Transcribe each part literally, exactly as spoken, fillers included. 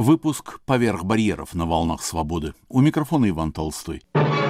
Выпуск «Поверх барьеров» на волнах свободы. У микрофона Иван Толстой.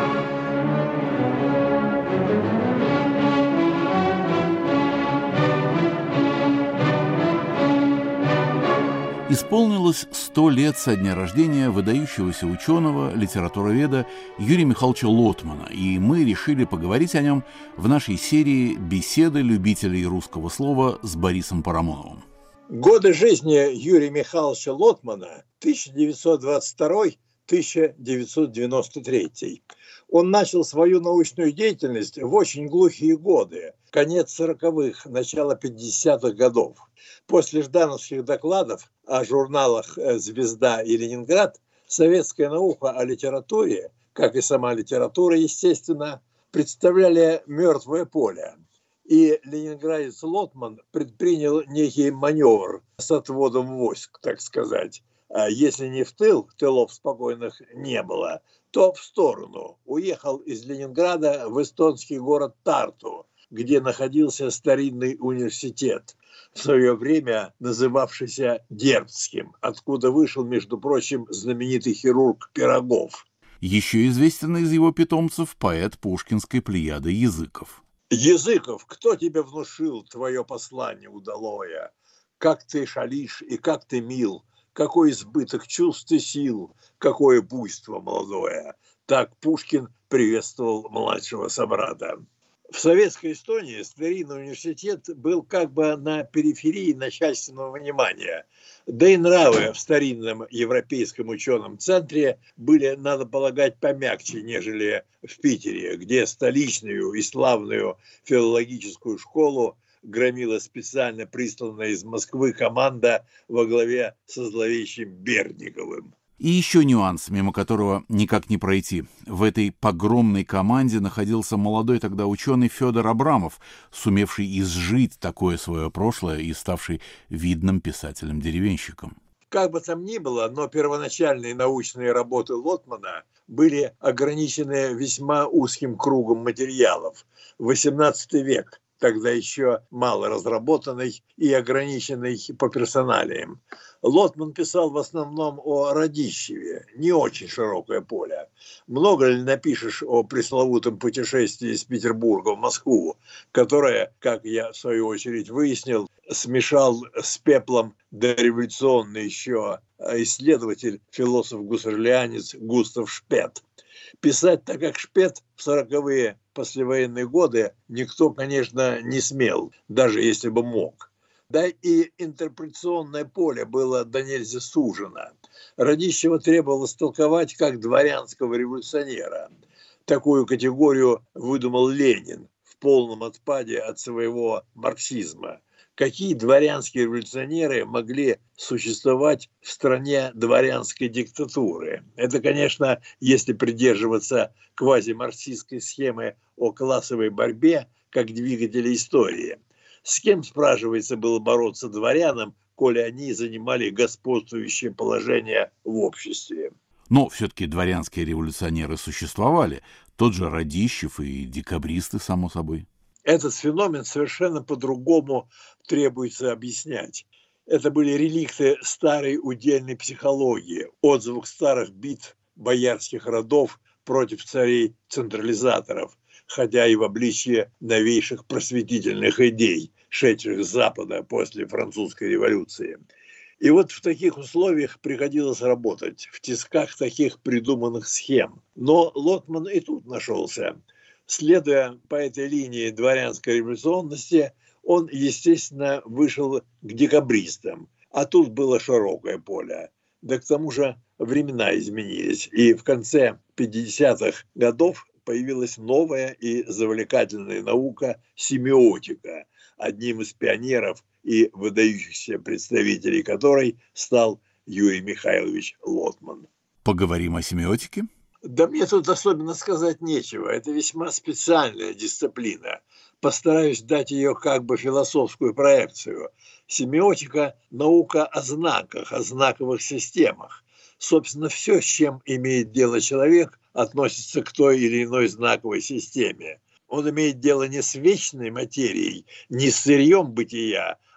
Исполнилось сто лет со дня рождения выдающегося ученого, литературоведа Юрия Михайловича Лотмана, и мы решили поговорить о нем в нашей серии «Беседы любителей русского слова» с Борисом Парамоновым. Годы жизни Юрия Михайловича Лотмана тысяча девятьсот двадцать второй — тысяча девятьсот девяносто третий. Он начал свою научную деятельность в очень глухие годы, конец сороковых, начало пятидесятых годов. После ждановских докладов о журналах «Звезда» и «Ленинград» советская наука о литературе, как и сама литература, естественно, представляли мертвое поле. И ленинградец Лотман предпринял некий маневр с отводом войск, так сказать. А если не в тыл, тылов спокойных не было, то в сторону. Уехал из Ленинграда в эстонский город Тарту, где находился старинный университет, в свое время называвшийся Дербцким, откуда вышел, между прочим, знаменитый хирург Пирогов. Еще известен из его питомцев поэт пушкинской плеяды Языков. Языков, кто тебе внушил твое послание удалое? Как ты шалишь и как ты мил, какой избыток чувств и сил, какое буйство молодое. Так Пушкин приветствовал младшего собрата. В советской Эстонии старинный университет был как бы на периферии начальственного внимания. Да и нравы в старинном европейском ученом центре были, надо полагать, помягче, нежели в Питере, где столичную и славную филологическую школу громила специально присланная из Москвы команда во главе со зловещим Бердниковым. И еще нюанс, мимо которого никак не пройти. В этой погромной команде находился молодой тогда ученый Федор Абрамов, сумевший изжить такое свое прошлое и ставший видным писателем-деревенщиком. Как бы там ни было, но первоначальные научные работы Лотмана были ограничены весьма узким кругом материалов. восемнадцатый век, тогда еще мало разработанный и ограниченный по персоналиям. Лотман писал в основном о Радищеве, не очень широкое поле. Много ли напишешь о пресловутом путешествии из Петербурга в Москву, которое, как я в свою очередь выяснил, смешал с пеплом дореволюционный еще исследователь, философ-гуссерлианец Густав Шпет. Писать так, как Шпет в сороковые послевоенные годы никто, конечно, не смел, даже если бы мог. Да и интерпретационное поле было до нельзя сужено. Радищева требовалось толковать как дворянского революционера. Такую категорию выдумал Ленин в полном отпаде от своего марксизма. Какие дворянские революционеры могли существовать в стране дворянской диктатуры? Это, конечно, если придерживаться квазимарксистской схемы о классовой борьбе как двигателя истории. С кем, спрашивается, было бороться дворянам, коли они занимали господствующее положение в обществе? Но все-таки дворянские революционеры существовали. Тот же Радищев и декабристы, само собой. Этот феномен совершенно по-другому требуется объяснять. Это были реликты старой удельной психологии, отзывов старых битв боярских родов против царей-централизаторов, хотя и в обличье новейших просветительных идей, шедших с Запада после французской революции. И вот в таких условиях приходилось работать, в тисках таких придуманных схем. Но Лотман и тут нашелся. Следуя по этой линии дворянской революционности, он, естественно, вышел к декабристам. А тут было широкое поле. Да к тому же времена изменились. И в конце пятидесятых годов появилась новая и завлекательная наука – семиотика, одним из пионеров и выдающихся представителей которой стал Юрий Михайлович Лотман. Поговорим о семиотике? Да мне тут особенно сказать нечего. Это весьма специальная дисциплина. Постараюсь дать ее как бы философскую проекцию. Семиотика – наука о знаках, о знаковых системах. Собственно, все, с чем имеет дело человек, относится к той или иной знаковой системе. Он имеет дело не с вечной материей, не с сырьем бытия,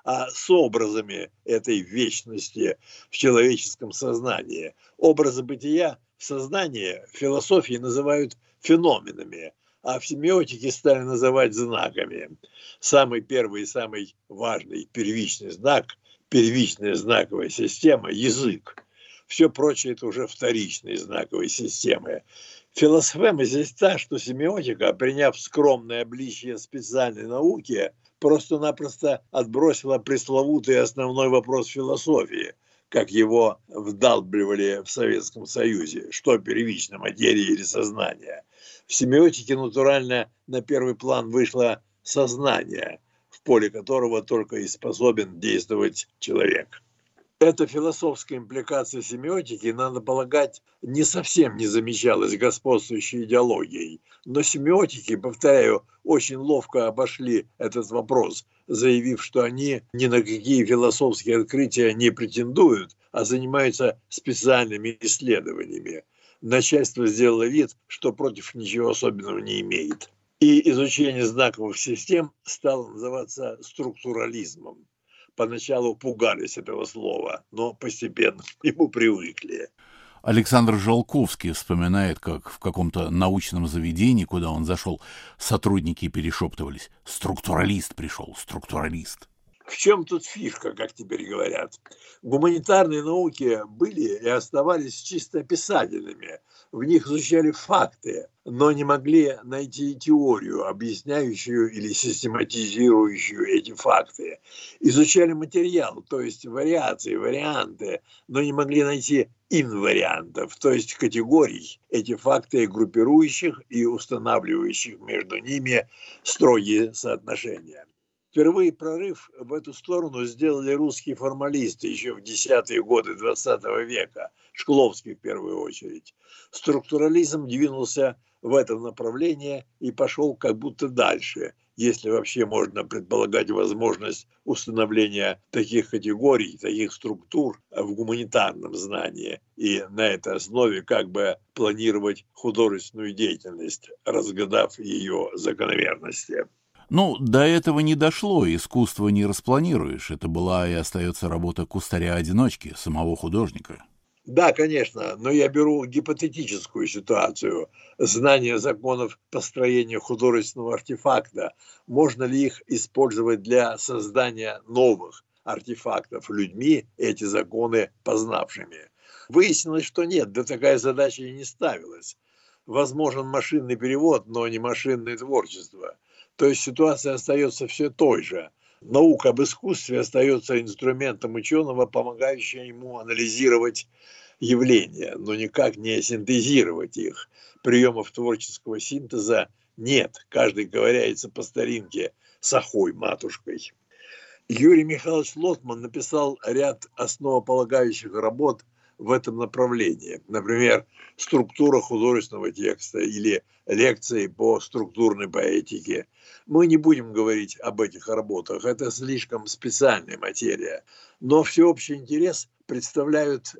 а с образами этой вечности в человеческом сознании. Образы бытия в сознании в философии называют феноменами, а в семиотике стали называть знаками. Самый первый и самый важный первичный знак, первичная знаковая система – язык. Все прочее – это уже вторичные знаковые системы. Философема здесь та, что семиотика, приняв скромное обличие специальной науки, просто-напросто отбросила пресловутый основной вопрос философии, как его вдалбливали в Советском Союзе, что первично, материя или сознание. В семиотике натурально на первый план вышло сознание, в поле которого только и способен действовать человек. Эта философская импликация семиотики, надо полагать, не совсем не замечалась господствующей идеологией. Но семиотики, повторяю, очень ловко обошли этот вопрос, заявив, что они ни на какие философские открытия не претендуют, а занимаются специальными исследованиями. Начальство сделало вид, что против ничего особенного не имеет. И изучение знаковых систем стало называться структурализмом. Поначалу пугались этого слова, но постепенно к нему привыкли. Александр Жолковский вспоминает, как в каком-то научном заведении, куда он зашел, сотрудники перешептывались: «Структуралист пришел, структуралист». В чем тут фишка, как теперь говорят? Гуманитарные науки были и оставались чисто описательными. В них изучали факты, но не могли найти теорию, объясняющую или систематизирующую эти факты. Изучали материал, то есть вариации, варианты, но не могли найти инвариантов, то есть категорий, эти факты группирующих и устанавливающих между ними строгие соотношения. Впервые прорыв в эту сторону сделали русские формалисты еще в десятые годы двадцатого века, Шкловский в первую очередь. Структурализм двинулся в этом направлении и пошел как будто дальше, если вообще можно предполагать возможность установления таких категорий, таких структур в гуманитарном знании, и на этой основе как бы планировать художественную деятельность, разгадав ее закономерности. Ну, до этого не дошло, искусство не распланируешь. Это была и остается работа кустаря-одиночки, самого художника. Да, конечно, но я беру гипотетическую ситуацию. Знание законов построения художественного артефакта. Можно ли их использовать для создания новых артефактов людьми, эти законы познавшими? Выяснилось, что нет, да такая задача и не ставилась. Возможен машинный перевод, но не машинное творчество. То есть ситуация остается все той же. Наука об искусстве остается инструментом ученого, помогающим ему анализировать явления, но никак не синтезировать их. Приемов творческого синтеза нет. Каждый ковыряется по старинке с ахой матушкой. Юрий Михайлович Лотман написал ряд основополагающих работ в этом направлении. Например, «Структура художественного текста» или «Лекции по структурной поэтике». Мы не будем говорить об этих работах, это слишком специальная материя. Но всеобщий интерес представляют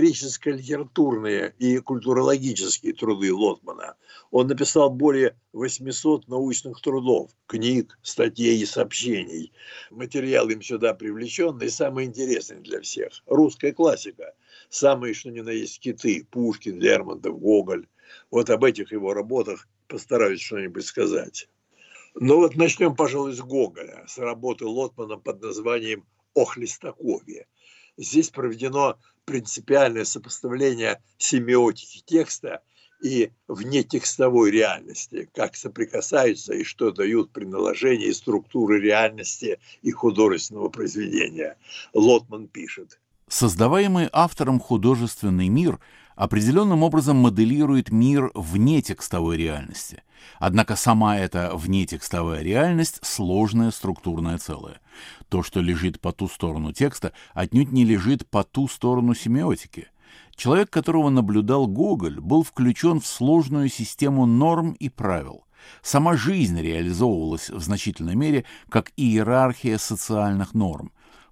историческо-литературные и культурологические труды Лотмана. Он написал более восьмисот научных трудов, книг, статей и сообщений. Материал им сюда привлеченный, самый интересный для всех. Русская классика. Самые, что ни на есть, киты: Пушкин, Лермонтов, Гоголь. Вот об этих его работах постараюсь что-нибудь сказать. Ну вот начнем, пожалуй, с Гоголя, с работы Лотмана под названием «О Хлестакове». Здесь проведено принципиальное сопоставление семиотики текста и внетекстовой реальности, как соприкасаются и что дают при наложении структуры реальности и художественного произведения. Лотман пишет: Создаваемый автором художественный мир определенным образом моделирует мир вне текстовой реальности. Однако сама эта внетекстовая реальность – сложное структурное целое. То, что лежит по ту сторону текста, отнюдь не лежит по ту сторону семиотики. Человек, которого наблюдал Гоголь, был включен в сложную систему норм и правил. Сама жизнь реализовывалась в значительной мере как иерархия социальных норм.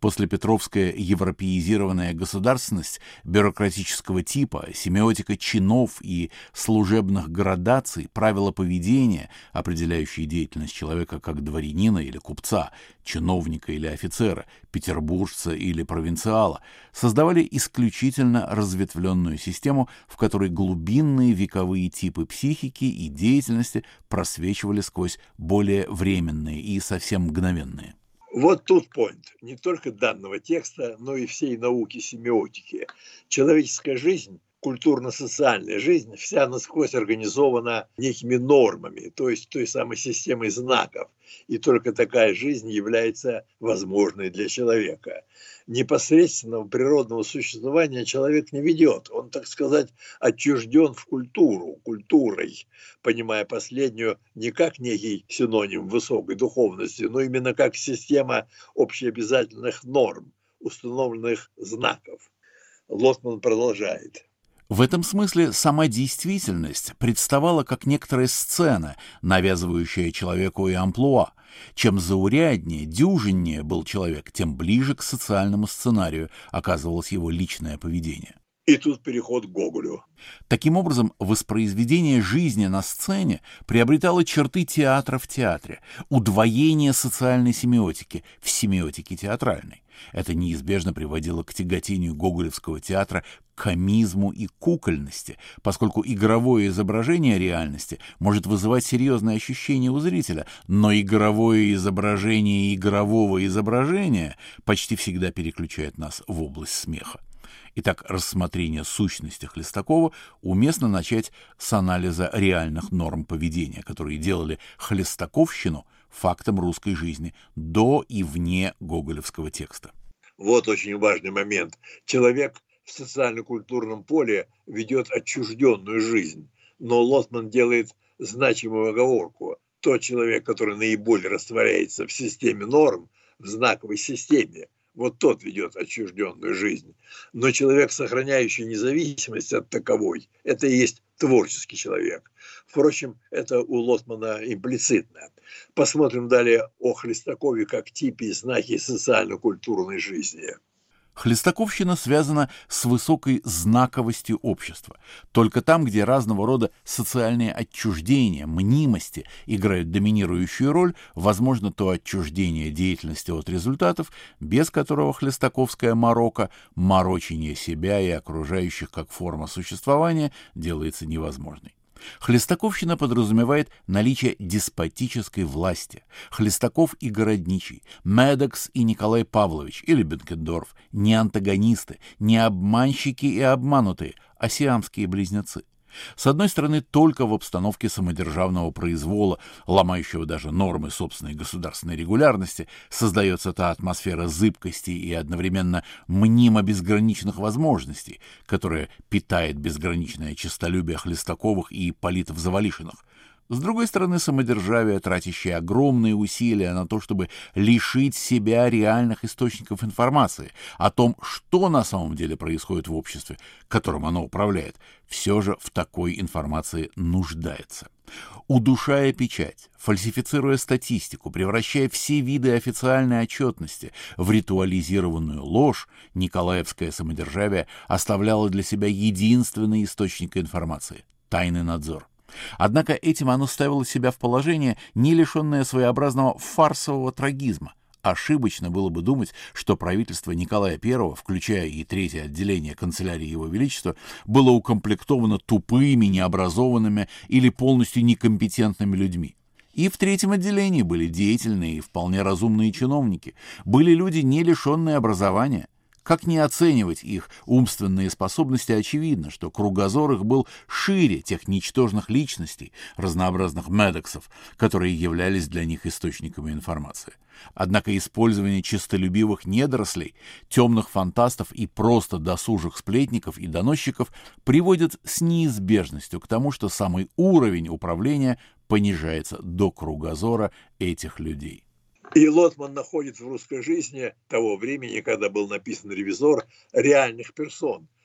Послепетровская европеизированная государственность бюрократического типа, семиотика чинов и служебных градаций, правила поведения, определяющие деятельность человека как дворянина или купца, чиновника или офицера, петербуржца или провинциала, создавали исключительно разветвленную систему, в которой глубинные вековые типы психики и деятельности просвечивали сквозь более временные и совсем мгновенные. Вот тут point не только данного текста, но и всей науки семиотики. Человеческая жизнь, культурно-социальная жизнь, вся насквозь организована некими нормами, то есть той самой системой знаков. И только такая жизнь является возможной для человека. Непосредственного природного существования человек не ведет. Он, так сказать, отчужден в культуру, культурой, понимая последнюю не как некий синоним высокой духовности, но именно как система общеобязательных норм, установленных знаков. Лотман продолжает. В этом смысле сама действительность представала как некоторая сцена, навязывающая человеку и амплуа. Чем зауряднее, дюжиннее был человек, тем ближе к социальному сценарию оказывалось его личное поведение. И тут переход к Гоголю. Таким образом, воспроизведение жизни на сцене приобретало черты театра в театре, удвоение социальной семиотики в семиотике театральной. Это неизбежно приводило к тяготению гоголевского театра к комизму и кукольности, поскольку игровое изображение реальности может вызывать серьезное ощущение у зрителя, но игровое изображение игрового изображения почти всегда переключает нас в область смеха. Итак, рассмотрение сущности Хлестакова уместно начать с анализа реальных норм поведения, которые делали хлестаковщину фактом русской жизни до и вне гоголевского текста. Вот очень важный момент. Человек в социально-культурном поле ведет отчужденную жизнь, но Лотман делает значимую оговорку. Тот человек, который наиболее растворяется в системе норм, в знаковой системе, вот тот ведет отчужденную жизнь. Но человек, сохраняющий независимость от таковой, это и есть творческий человек. Впрочем, это у Лотмана имплицитно. Посмотрим далее о Хлестакове как типе и знаке социально-культурной жизни. Хлестаковщина связана с высокой знаковостью общества. Только там, где разного рода социальные отчуждения, мнимости играют доминирующую роль, возможно то отчуждение деятельности от результатов, без которого хлестаковская морока, морочение себя и окружающих как форма существования, делается невозможной. Хлестаковщина подразумевает наличие деспотической власти. Хлестаков и Городничий, Медокс и Николай Павлович или Бенкендорф не антагонисты, не обманщики и обманутые, а сиамские близнецы. С одной стороны, только в обстановке самодержавного произвола, ломающего даже нормы собственной государственной регулярности, создается та атмосфера зыбкости и одновременно мнимо безграничных возможностей, которая питает безграничное честолюбие Хлестаковых и Ипполитов-Завалишиных. С другой стороны, самодержавие, тратящее огромные усилия на то, чтобы лишить себя реальных источников информации о том, что на самом деле происходит в обществе, которым оно управляет, все же в такой информации нуждается. Удушая печать, фальсифицируя статистику, превращая все виды официальной отчетности в ритуализированную ложь, николаевское самодержавие оставляло для себя единственный источник информации – тайный надзор. Однако этим оно ставило себя в положение, не лишенное своеобразного фарсового трагизма. Ошибочно было бы думать, что правительство Николая Первого, включая и третье отделение канцелярии Его Величества, было укомплектовано тупыми, необразованными или полностью некомпетентными людьми. И в третьем отделении были деятельные и вполне разумные чиновники, были люди, не лишенные образования. Как не оценивать их умственные способности, очевидно, что кругозор их был шире тех ничтожных личностей, разнообразных медоксов, которые являлись для них источниками информации. Однако использование честолюбивых недорослей, темных фантастов и просто досужих сплетников и доносчиков приводит с неизбежностью к тому, что самый уровень управления понижается до кругозора этих людей. И Лотман находит в русской жизни того времени, когда был написан «Ревизор», реальных персон,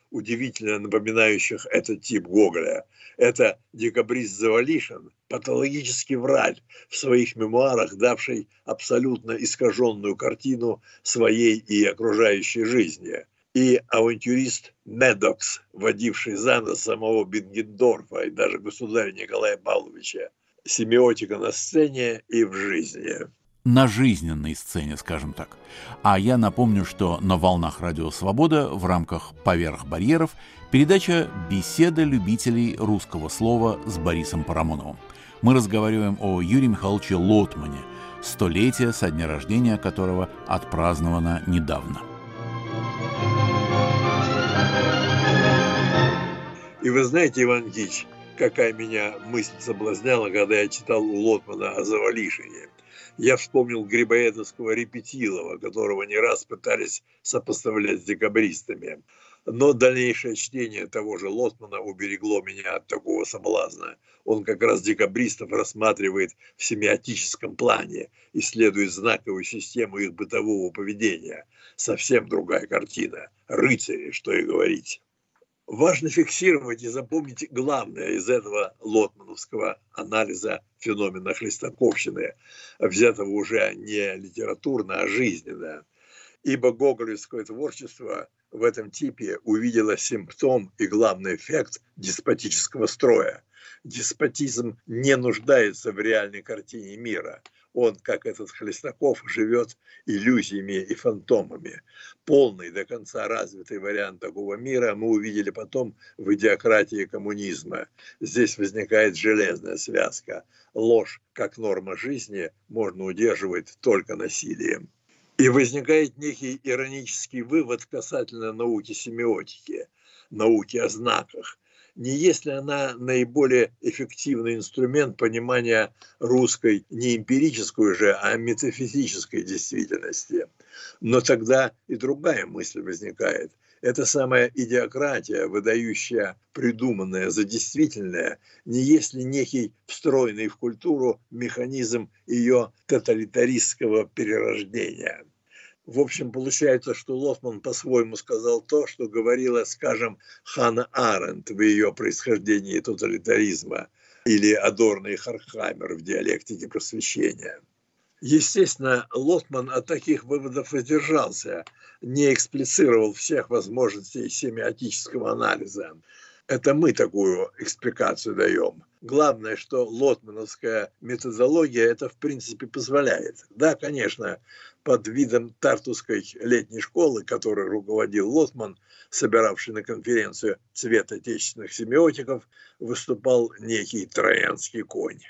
удивительно напоминающих этот тип Гоголя. Это декабрист Завалишин, патологический враль, в своих мемуарах давший абсолютно искаженную картину своей и окружающей жизни, и авантюрист Медокс, водивший за нос самого Бенгендорфа и даже государя Николая Павловича. Семиотика на сцене и в жизни. На жизненной сцене, скажем так. А я напомню, что на волнах Радио Свобода в рамках «Поверх барьеров» передача «Беседа любителей русского слова» с Борисом Парамоновым. Мы разговариваем о Юрии Михайловиче Лотмане, столетие со дня рождения которого отпраздновано недавно. И вы знаете, Иван Ильич, какая меня мысль соблазняла, когда я читал у Лотмана о Завалишине. Я вспомнил грибоедовского Репетилова, которого не раз пытались сопоставлять с декабристами. Но дальнейшее чтение того же Лотмана уберегло меня от такого соблазна. Он как раз декабристов рассматривает в семиотическом плане, исследует знаковую систему их бытового поведения. Совсем другая картина. Рыцари, что и говорить. Важно фиксировать и запомнить главное из этого лотмановского анализа феномена хлестаковщины, взятого уже не литературно, а жизненно. Ибо гоголевское творчество в этом типе увидело симптом и главный эффект деспотического строя. Деспотизм не нуждается в реальной картине мира. Он, как этот Хлестаков, живет иллюзиями и фантомами. Полный, до конца развитый вариант такого мира мы увидели потом в идиократии коммунизма. Здесь возникает железная связка. Ложь, как норма жизни, можно удерживать только насилием. И возникает некий иронический вывод касательно науки семиотики, науки о знаках. Не есть ли она наиболее эффективный инструмент понимания русской не эмпирической же, а метафизической действительности? Но тогда и другая мысль возникает. Это самая идиократия, выдающая придуманное за действительное, не есть ли некий встроенный в культуру механизм ее тоталитаристского перерождения? В общем, получается, что Лотман по-своему сказал то, что говорила, скажем, Ханна Аренд в ее происхождении тоталитаризма или Адорно и Хорхаймер в диалектике просвещения. Естественно, Лотман от таких выводов воздержался, не эксплицировал всех возможностей семиотического анализа. Это мы такую экспликацию даем. Главное, что лотмановская методология это в принципе позволяет. Да, конечно, под видом Тартусской летней школы, которой руководил Лотман, собиравший на конференцию цвет отечественных семиотиков, выступал некий троянский конь.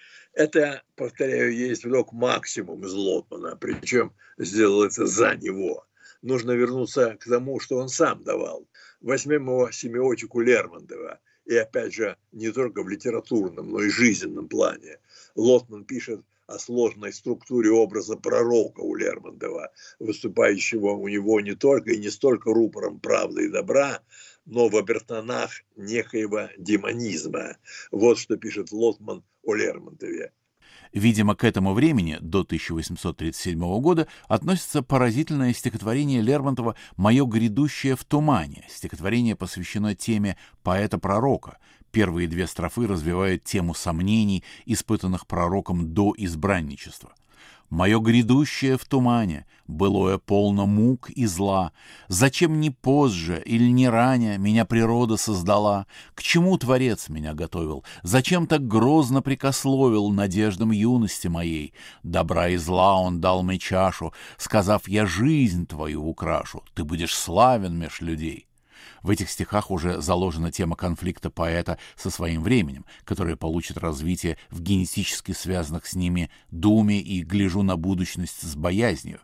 Это, повторяю, есть вдруг максимум из Лотмана, причем сделал это за него. Нужно вернуться к тому, что он сам давал. Возьмем его семиотику Лермонтова. И опять же, не только в литературном, но и жизненном плане. Лотман пишет о сложной структуре образа пророка у Лермонтова, выступающего у него не только и не столько рупором правды и добра, но в обертонах некоего демонизма. Вот что пишет Лотман о Лермонтове. Видимо, к этому времени, до тысяча восемьсот тридцать седьмого года, относится поразительное стихотворение Лермонтова «Мое грядущее в тумане». Стихотворение посвящено теме поэта-пророка. Первые две строфы развивают тему сомнений, испытанных пророком до избранничества. «Мое грядущее в тумане, былое полно мук и зла. Зачем не позже или не ранее меня природа создала? К чему Творец меня готовил? Зачем так грозно прикословил надеждам юности моей? Добра и зла он дал мне чашу, сказав, я жизнь твою украшу, ты будешь славен меж людей». В этих стихах уже заложена тема конфликта поэта со своим временем, которая получит развитие в генетически связанных с ними думе и гляжу на будущность с боязнью.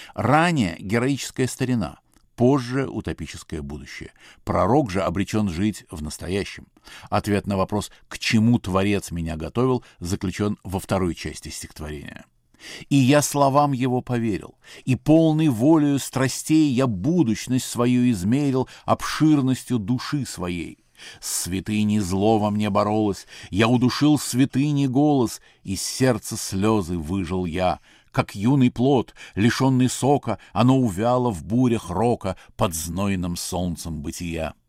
Ранее героическая старина, позже утопическое будущее. Пророк же обречен жить в настоящем. Ответ на вопрос «К чему Творец меня готовил?» заключен во второй части стихотворения. «И я словам его поверил, и полной волею страстей я будущность свою измерил обширностью души своей. С святыней зло во мне боролось, я удушил святыни голос, из сердца слезы выжил я. Как юный плод, лишенный сока, оно увяло в бурях рока под знойным солнцем бытия.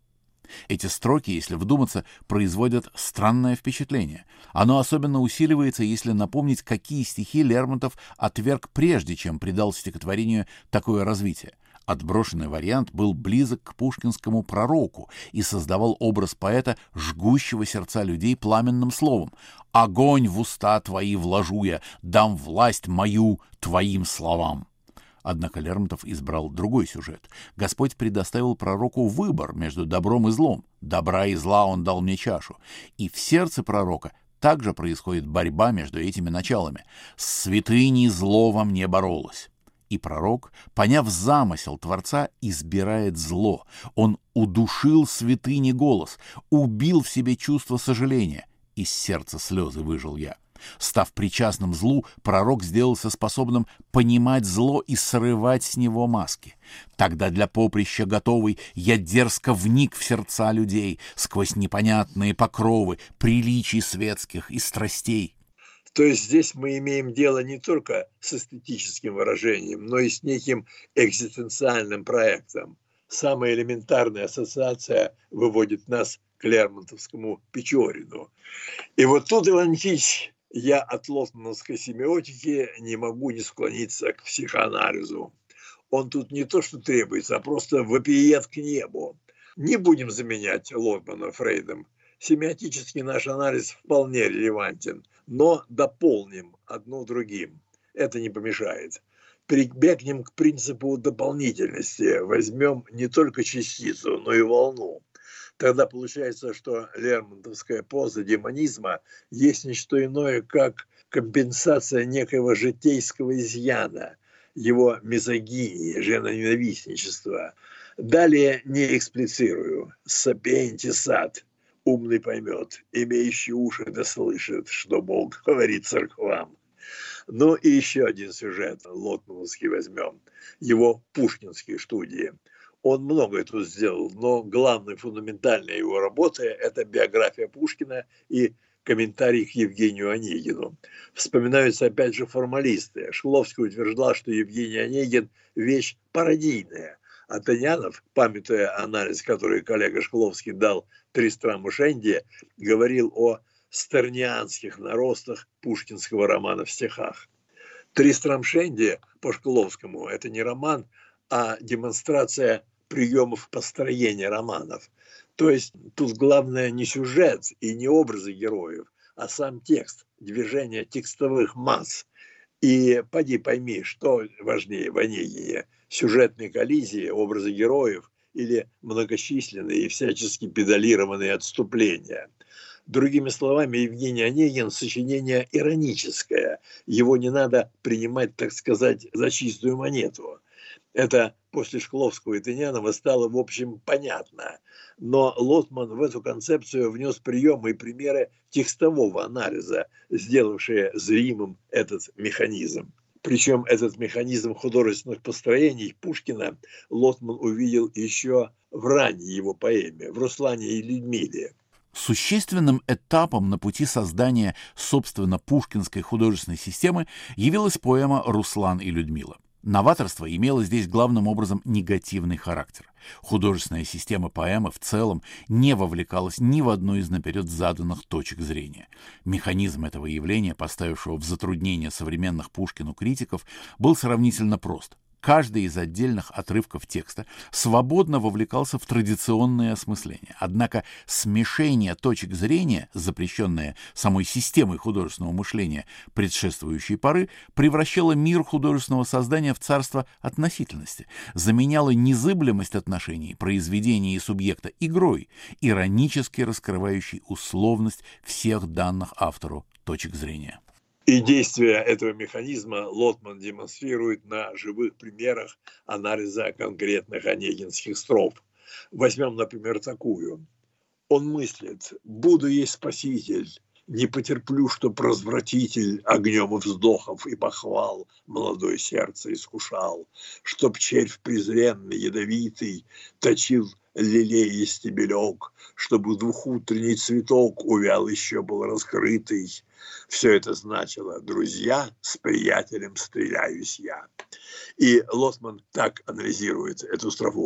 Эти строки, если вдуматься, производят странное впечатление. Оно особенно усиливается, если напомнить, какие стихи Лермонтов отверг прежде, чем придал стихотворению такое развитие. Отброшенный вариант был близок к пушкинскому пророку и создавал образ поэта, жгущего сердца людей пламенным словом. «Огонь в уста твои вложу я, дам власть мою твоим словам». Однако Лермонтов избрал другой сюжет. Господь предоставил пророку выбор между добром и злом. Добра и зла он дал мне чашу. И в сердце пророка также происходит борьба между этими началами. «С святыней зло во мне боролось». И пророк, поняв замысел Творца, избирает зло. Он удушил святыни голос, убил в себе чувство сожаления. Из сердца слезы выжил я. Став причастным злу, пророк сделался способным понимать зло и срывать с него маски. Тогда для поприща готовый я дерзко вник в сердца людей сквозь непонятные покровы приличий светских и страстей. То есть здесь мы имеем дело не только с эстетическим выражением, но и с неким экзистенциальным проектом. Самая элементарная ассоциация выводит нас к лермонтовскому Печорину. И вот тут, Иван Никитич, я от лотмановской семиотики не могу не склониться к психоанализу. Он тут не то что требуется, а просто вопиет к небу. Не будем заменять Лотмана Фрейдом. Семиотический наш анализ вполне релевантен, но дополним одно другим. Это не помешает. Прибегнем к принципу дополнительности. Возьмем не только частицу, но и волну. Тогда получается, что лермонтовская поза демонизма есть не что иное, как компенсация некоего житейского изъяна, его мизогинии, женоненавистничества. Далее не эксплицирую. Сапиенти сад. Умный поймет, имеющий уши да слышит, что Бог говорит церквам. Ну и еще один сюжет лотмановский возьмем. Его пушкинские студии. Он многое тут сделал, но главной фундаментальной его работой – это биография Пушкина и комментарий к Евгению Онегину. Вспоминаются опять же формалисты. Шкловский утверждал, что Евгений Онегин – вещь пародийная. А Тынянов, памятуя анализ, который коллега Шкловский дал Тристраму Шенди, говорил о стернианских наростах пушкинского романа в стихах. Тристрам Шенди по Шкловскому – это не роман, а демонстрация приемов построения романов. То есть тут главное не сюжет и не образы героев, а сам текст, движение текстовых масс. И поди пойми, что важнее в Онегине – сюжетные коллизии, образы героев или многочисленные и всячески педалированные отступления. Другими словами, Евгений Онегин – сочинение ироническое. Его не надо принимать, так сказать, за чистую монету. Это после Шкловского и Тынянова стало, в общем, понятно. Но Лотман в эту концепцию внес приемы и примеры текстового анализа, сделавшие зримым этот механизм. Причем этот механизм художественных построений Пушкина Лотман увидел еще в ранней его поэме, в «Руслане и Людмиле». Существенным этапом на пути создания, собственно, пушкинской художественной системы явилась поэма «Руслан и Людмила». Новаторство имело здесь главным образом негативный характер. Художественная система поэмы в целом не вовлекалась ни в одну из наперед заданных точек зрения. Механизм этого явления, поставившего в затруднение современных Пушкину критиков, был сравнительно прост. Каждый из отдельных отрывков текста свободно вовлекался в традиционное осмысление. Однако смешение точек зрения, запрещенное самой системой художественного мышления предшествующей поры, превращало мир художественного создания в царство относительности, заменяло незыблемость отношений произведения и субъекта игрой, иронически раскрывающей условность всех данных автору точек зрения. И действие этого механизма Лотман демонстрирует на живых примерах анализа конкретных онегинских строф. Возьмем, например, такую. Он мыслит: «Буду есть спаситель, не потерплю, чтоб развратитель огнем и вздохов и похвал молодое сердце искушал, чтоб червь презренный, ядовитый точил лилей и стебелек, чтобы двухутренний цветок увял еще был раскрытый. Все это значило: друзья, с приятелем стреляюсь я». И Лотман так анализирует эту строфу.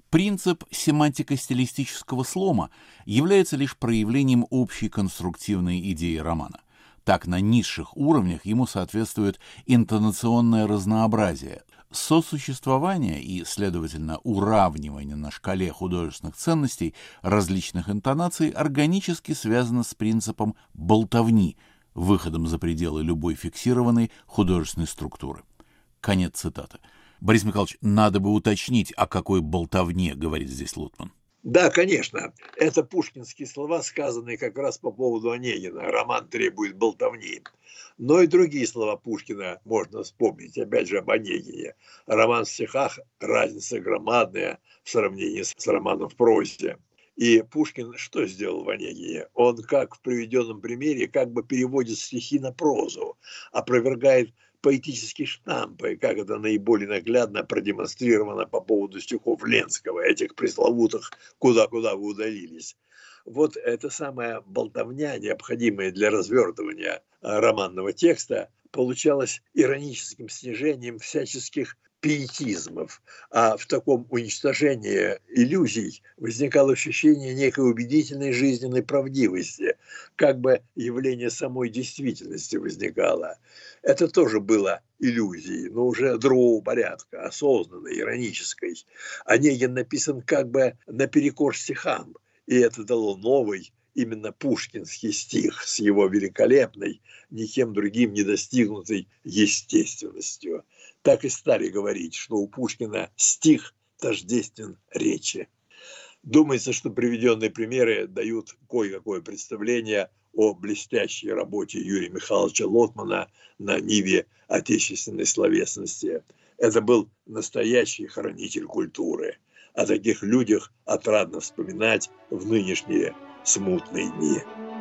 Принцип семантико-стилистического слома является лишь проявлением общей конструктивной идеи романа. Так, на низших уровнях ему соответствует интонационное разнообразие. Сосуществование и, следовательно, уравнивание на шкале художественных ценностей различных интонаций органически связано с принципом болтовни, выходом за пределы любой фиксированной художественной структуры. Конец цитаты. Борис Михайлович, надо бы уточнить, о какой болтовне говорит здесь Лотман. Да, конечно. Это пушкинские слова, сказанные как раз по поводу Онегина. Роман требует болтовни. Но и другие слова Пушкина можно вспомнить, опять же, об Онегине. Роман в стихах – разница громадная в сравнении с романом в прозе. И Пушкин что сделал в Онегине? Он, как в приведенном примере, как бы переводит стихи на прозу, опровергает поэтические штампы, как это наиболее наглядно продемонстрировано по поводу стихов Ленского, этих пресловутых «Куда-куда вы удалились». Вот эта самая болтовня, необходимая для развертывания романного текста, получалась ироническим снижением всяческих пиетизмов, а в таком уничтожении иллюзий возникало ощущение некой убедительной жизненной правдивости, как бы явление самой действительности возникало. Это тоже было иллюзией, но уже другого порядка, осознанной, иронической. Онегин написан как бы наперекор стихам, и это дало новый, именно пушкинский стих с его великолепной, никем другим не достигнутой естественностью. Так и стали говорить, что у Пушкина стих тождествен речи. Думается, что приведенные примеры дают кое-какое представление о блестящей работе Юрия Михайловича Лотмана на ниве отечественной словесности. Это был настоящий хранитель культуры. О таких людях отрадно вспоминать в нынешние смутные дни.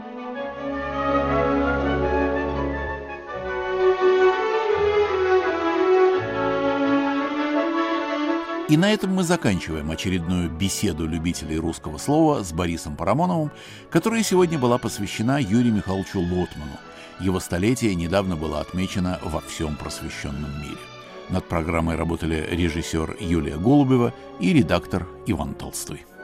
И на этом мы заканчиваем очередную беседу любителей русского слова с Борисом Парамоновым, которая сегодня была посвящена Юрию Михайловичу Лотману. Его столетие недавно было отмечено во всем просвещенном мире. Над программой работали режиссер Юлия Голубева и редактор Иван Толстой.